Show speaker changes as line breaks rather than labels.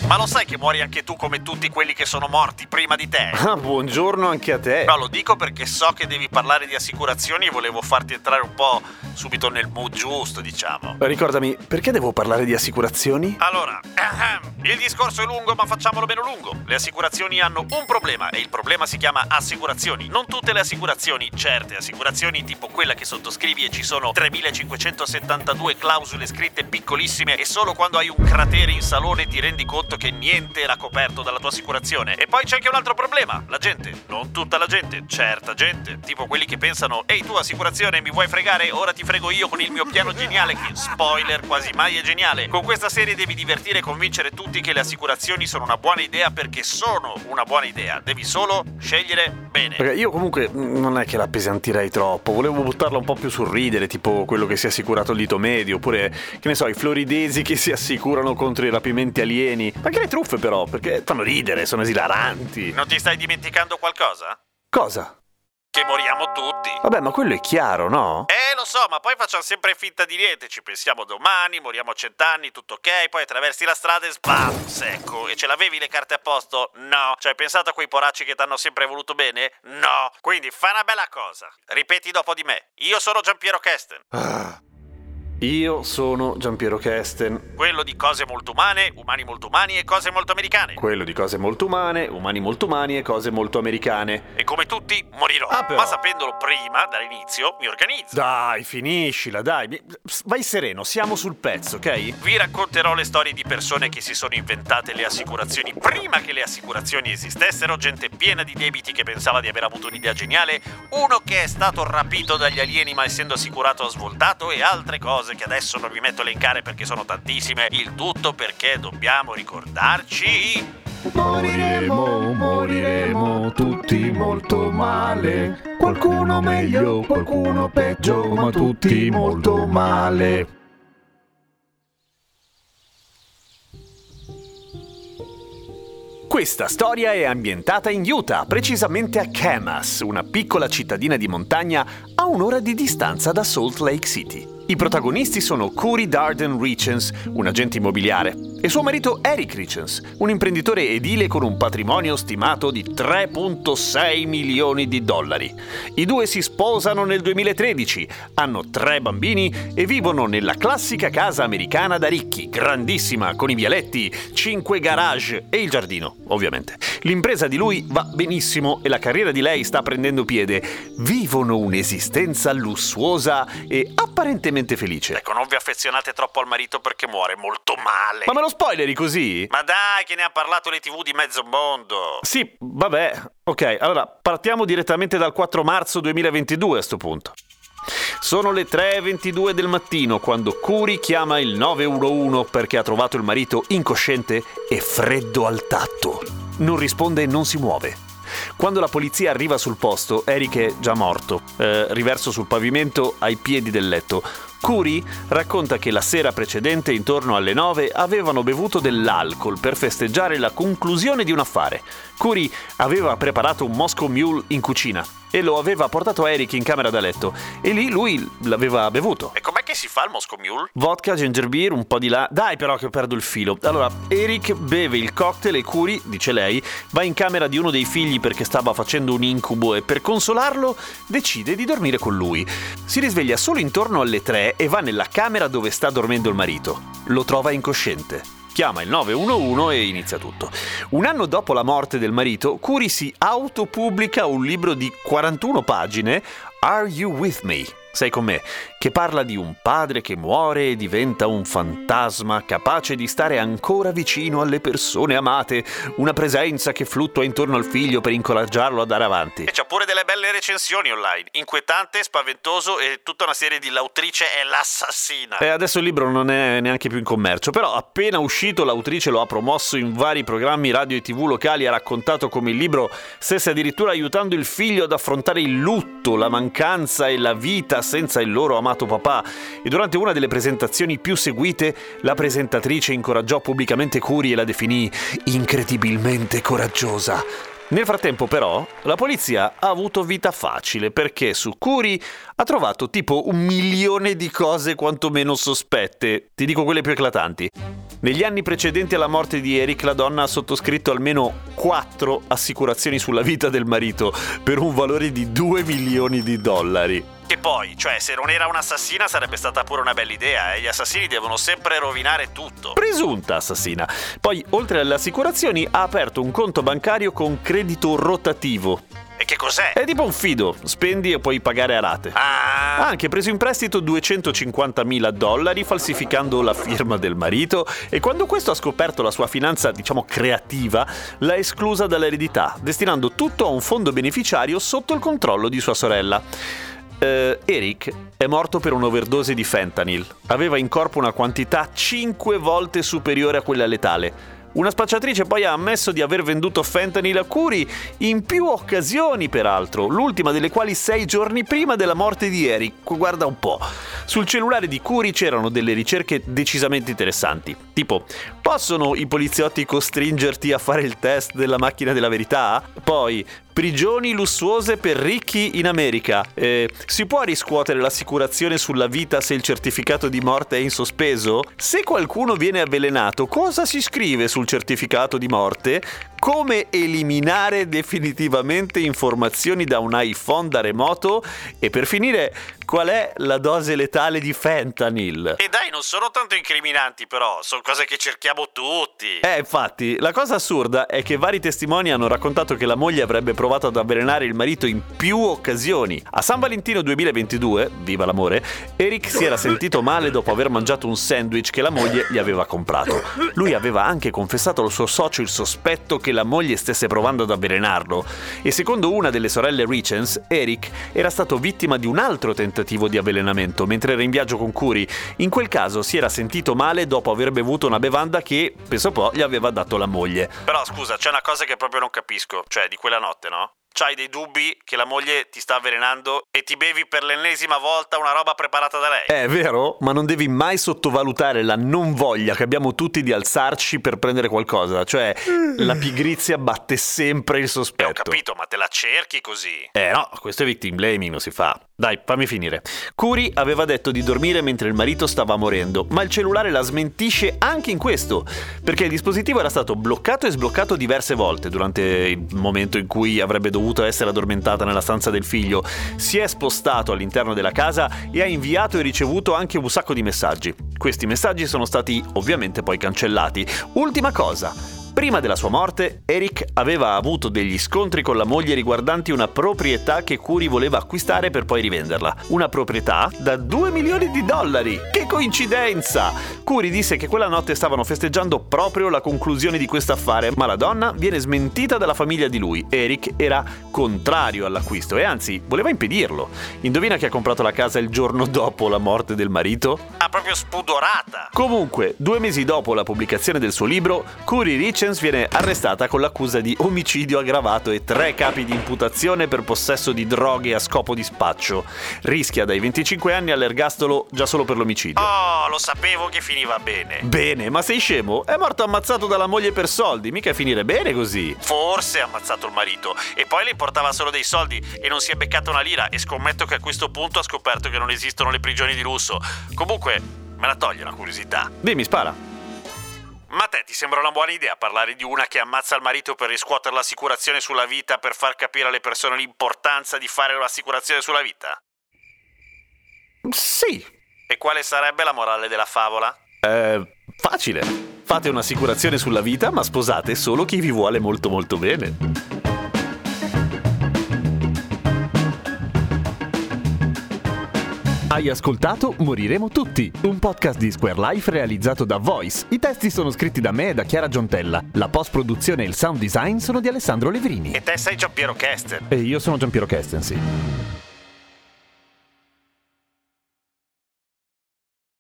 Ma lo sai che muori anche tu come tutti quelli che sono morti prima di te?
Ah, buongiorno anche a te.
No, lo dico perché so che devi parlare di assicurazioni e volevo farti entrare un po' subito nel mood giusto, diciamo.
Ricordami, perché devo parlare di assicurazioni?
Allora, il discorso è lungo, ma facciamolo meno lungo. Le assicurazioni hanno un problema e il problema si chiama assicurazioni. Non tutte le assicurazioni, certe assicurazioni tipo quella che sottoscrivi e ci sono 3572 clausole scritte piccolissime e solo quando hai un cratere in salone ti rendi conto che niente era coperto dalla tua assicurazione. E poi c'è anche un altro problema. La gente, non tutta la gente, certa gente, tipo quelli che pensano «Ehi tu assicurazione, mi vuoi fregare? Ora ti frego io con il mio piano geniale», che, spoiler, quasi mai è geniale. Con questa serie devi divertire e convincere tutti che le assicurazioni sono una buona idea perché sono una buona idea. Devi solo scegliere bene.
Perché io comunque non è che la appesantirei troppo, volevo buttarla un po' più sul ridere, tipo quello che si è assicurato il dito medio, oppure, che ne so, i floridesi che si assicurano contro i rapimenti alieni. Anche le truffe però, perché fanno ridere, sono esilaranti.
Non ti stai dimenticando qualcosa?
Cosa?
Che moriamo tutti.
Vabbè, ma quello è chiaro, no?
Lo so, ma poi facciamo sempre finta di niente. Ci pensiamo domani, moriamo a 100 anni, tutto ok. Poi attraversi la strada e sbam, secco. E ce l'avevi le carte a posto? No. Cioè, hai pensato a quei poracci che t'hanno sempre voluto bene? No. Quindi fai una bella cosa. Ripeti dopo di me. Io sono Giampiero Kesten.
Io sono Giampiero Kesten.
Quello di cose molto umane, umani molto umani e cose molto americane.
Quello di cose molto umane, umani molto umani e cose molto americane.
E come tutti morirò.
Però.
Ma sapendolo prima, dall'inizio, mi organizzo.
Dai, finiscila, dai. Vai sereno, siamo sul pezzo, ok?
Vi racconterò le storie di persone che si sono inventate le assicurazioni prima che le assicurazioni esistessero, gente piena di debiti che pensava di aver avuto un'idea geniale, uno che è stato rapito dagli alieni ma essendo assicurato ha svoltato e altre cose che adesso non vi metto a elencare perché sono tantissime. Il tutto perché dobbiamo ricordarci...
Moriremo tutti molto male. Qualcuno meglio, qualcuno peggio, ma tutti molto male.
Questa storia è ambientata in Utah, precisamente a Camas, una piccola cittadina di montagna a un'ora di distanza da Salt Lake City. I protagonisti sono Cory Darden Richens, un agente immobiliare, e suo marito Eric Richens, un imprenditore edile con un patrimonio stimato di 3,6 milioni di dollari. I due si sposano nel 2013, hanno 3 bambini e vivono nella classica casa americana da ricchi, grandissima, con i vialetti, 5 garage e il giardino, ovviamente. L'impresa di lui va benissimo e la carriera di lei sta prendendo piede. Vivono un'esistenza lussuosa e apparentemente felice.
Ecco, non vi affezionate troppo al marito perché muore molto male.
Ma me lo spoileri così?
Ma dai, che ne ha parlato le TV di mezzo mondo.
Sì, vabbè. Ok, allora partiamo direttamente dal 4 marzo 2022 a sto punto. Sono le 3:22 del mattino quando Cory chiama il 911 perché ha trovato il marito incosciente e freddo al tatto. Non risponde e non si muove. Quando la polizia arriva sul posto, Eric è già morto, riverso sul pavimento ai piedi del letto. Cory racconta che la sera precedente, intorno alle 9, avevano bevuto dell'alcol per festeggiare la conclusione di un affare. Cory aveva preparato un Moscow Mule in cucina e lo aveva portato a Eric in camera da letto e lì lui l'aveva bevuto.
E com'è che si fa il Moscow Mule?
Vodka, ginger beer, un po' di là. Dai però che perdo il filo. Allora, Eric beve il cocktail e Cory, dice lei, va in camera di uno dei figli perché stava facendo un incubo e per consolarlo decide di dormire con lui. Si risveglia solo intorno alle 3 e va nella camera dove sta dormendo il marito. Lo trova incosciente. Chiama il 911 e inizia tutto. Un anno dopo la morte del marito, Cory si autopubblica un libro di 41 pagine, Are You With Me? Sei con me? Che parla di un padre che muore e diventa un fantasma capace di stare ancora vicino alle persone amate, una presenza che fluttua intorno al figlio per incoraggiarlo a andare avanti.
E c'ha pure delle belle recensioni online, inquietante, spaventoso e tutta una serie di l'autrice è l'assassina.
E adesso il libro non è neanche più in commercio, però appena uscito l'autrice lo ha promosso in vari programmi radio e TV locali e ha raccontato come il libro stesse addirittura aiutando il figlio ad affrontare il lutto, la mancanza e la vita senza il loro amato papà, e durante una delle presentazioni più seguite la presentatrice incoraggiò pubblicamente Cory e la definì incredibilmente coraggiosa. Nel frattempo però la polizia ha avuto vita facile perché su Cory ha trovato tipo 1 milione di cose quantomeno sospette, ti dico quelle più eclatanti. Negli anni precedenti alla morte di Eric, la donna ha sottoscritto almeno 4 assicurazioni sulla vita del marito per un valore di $2 milioni.
Che poi, cioè, se non era un'assassina sarebbe stata pure una bella idea, Gli assassini devono sempre rovinare tutto.
Presunta assassina. Poi, oltre alle assicurazioni, ha aperto un conto bancario con credito rotativo.
E che cos'è?
È tipo un fido, spendi e puoi pagare a rate. Ha anche preso in prestito $250.000 falsificando la firma del marito, e quando questo ha scoperto la sua finanza, diciamo, creativa, l'ha esclusa dall'eredità, destinando tutto a un fondo beneficiario sotto il controllo di sua sorella. Eric è morto per un'overdose di fentanyl. Aveva in corpo una quantità 5 volte superiore a quella letale. Una spacciatrice poi ha ammesso di aver venduto fentanyl a Curry in più occasioni, peraltro, l'ultima delle quali 6 giorni prima della morte di Eric. Guarda un po'. Sul cellulare di Curry c'erano delle ricerche decisamente interessanti. Tipo, possono i poliziotti costringerti a fare il test della macchina della verità? Poi, prigioni lussuose per ricchi in America. Si può riscuotere l'assicurazione sulla vita se il certificato di morte è in sospeso? Se qualcuno viene avvelenato, cosa si scrive sul certificato di morte? Come eliminare definitivamente informazioni da un iPhone da remoto? E per finire, qual è la dose letale di fentanyl?
E dai, non sono tanto incriminanti, però, sono cose che cerchiamo tutti.
Infatti, la cosa assurda è che vari testimoni hanno raccontato che la moglie avrebbe provato ad avvelenare il marito in più occasioni. A San Valentino 2022, viva l'amore, Eric si era sentito male dopo aver mangiato un sandwich che la moglie gli aveva comprato. Lui aveva anche confessato al suo socio il sospetto che la moglie stesse provando ad avvelenarlo, e secondo una delle sorelle Richens, Eric era stato vittima di un altro tentativo di avvelenamento mentre era in viaggio con Curry. In quel caso si era sentito male dopo aver bevuto una bevanda che, penso po', gli aveva dato la moglie.
Però scusa, c'è una cosa che proprio non capisco, cioè di quella notte, no? C'hai dei dubbi che la moglie ti sta avvelenando e ti bevi per l'ennesima volta una roba preparata da lei?
È vero, ma non devi mai sottovalutare la non voglia che abbiamo tutti di alzarci per prendere qualcosa. Cioè, la pigrizia batte sempre il sospetto.
Ho capito, ma te la cerchi così?
No, questo è victim blaming, non si fa. Dai, fammi finire. Curry aveva detto di dormire mentre il marito stava morendo, ma il cellulare la smentisce anche in questo, perché il dispositivo era stato bloccato e sbloccato diverse volte durante il momento in cui avrebbe dovuto essere addormentata nella stanza del figlio. Si è spostato all'interno della casa e ha inviato e ricevuto anche un sacco di messaggi. Questi messaggi sono stati ovviamente poi cancellati. Ultima cosa. Prima della sua morte, Eric aveva avuto degli scontri con la moglie riguardanti una proprietà che Curry voleva acquistare per poi rivenderla. Una proprietà da $2 milioni. Che coincidenza! Curry disse che quella notte stavano festeggiando proprio la conclusione di questo affare, ma la donna viene smentita dalla famiglia di lui. Eric era contrario all'acquisto e anzi voleva impedirlo. Indovina chi ha comprato la casa il giorno dopo la morte del marito?
Ah, proprio spudorata!
Comunque, 2 mesi dopo la pubblicazione del suo libro, Curry Richens viene arrestata con l'accusa di omicidio aggravato e 3 capi di imputazione per possesso di droghe a scopo di spaccio. Rischia dai 25 anni all'ergastolo già solo per l'omicidio.
Oh, lo sapevo che finiva bene.
Bene, ma sei scemo? È morto ammazzato dalla moglie per soldi, mica finire bene così.
Forse ha ammazzato il marito e poi le importava solo dei soldi e non si è beccata una lira, e scommetto che a questo punto ha scoperto che non esistono le prigioni di lusso. Comunque, me la toglie una curiosità.
Dimmi, spara.
Ma a te ti sembra una buona idea parlare di una che ammazza il marito per riscuotere l'assicurazione sulla vita, per far capire alle persone l'importanza di fare l'assicurazione sulla vita?
Sì.
E quale sarebbe la morale della favola?
Facile. Fate un'assicurazione sulla vita, ma sposate solo chi vi vuole molto molto bene. Hai ascoltato Moriremo Tutti, un podcast di Square Life realizzato da Voice. I testi sono scritti da me e da Chiara Giontella. La post-produzione e il sound design sono di Alessandro Levrini.
E te sei Giampiero Kesten.
E io sono Giampiero Kesten, sì.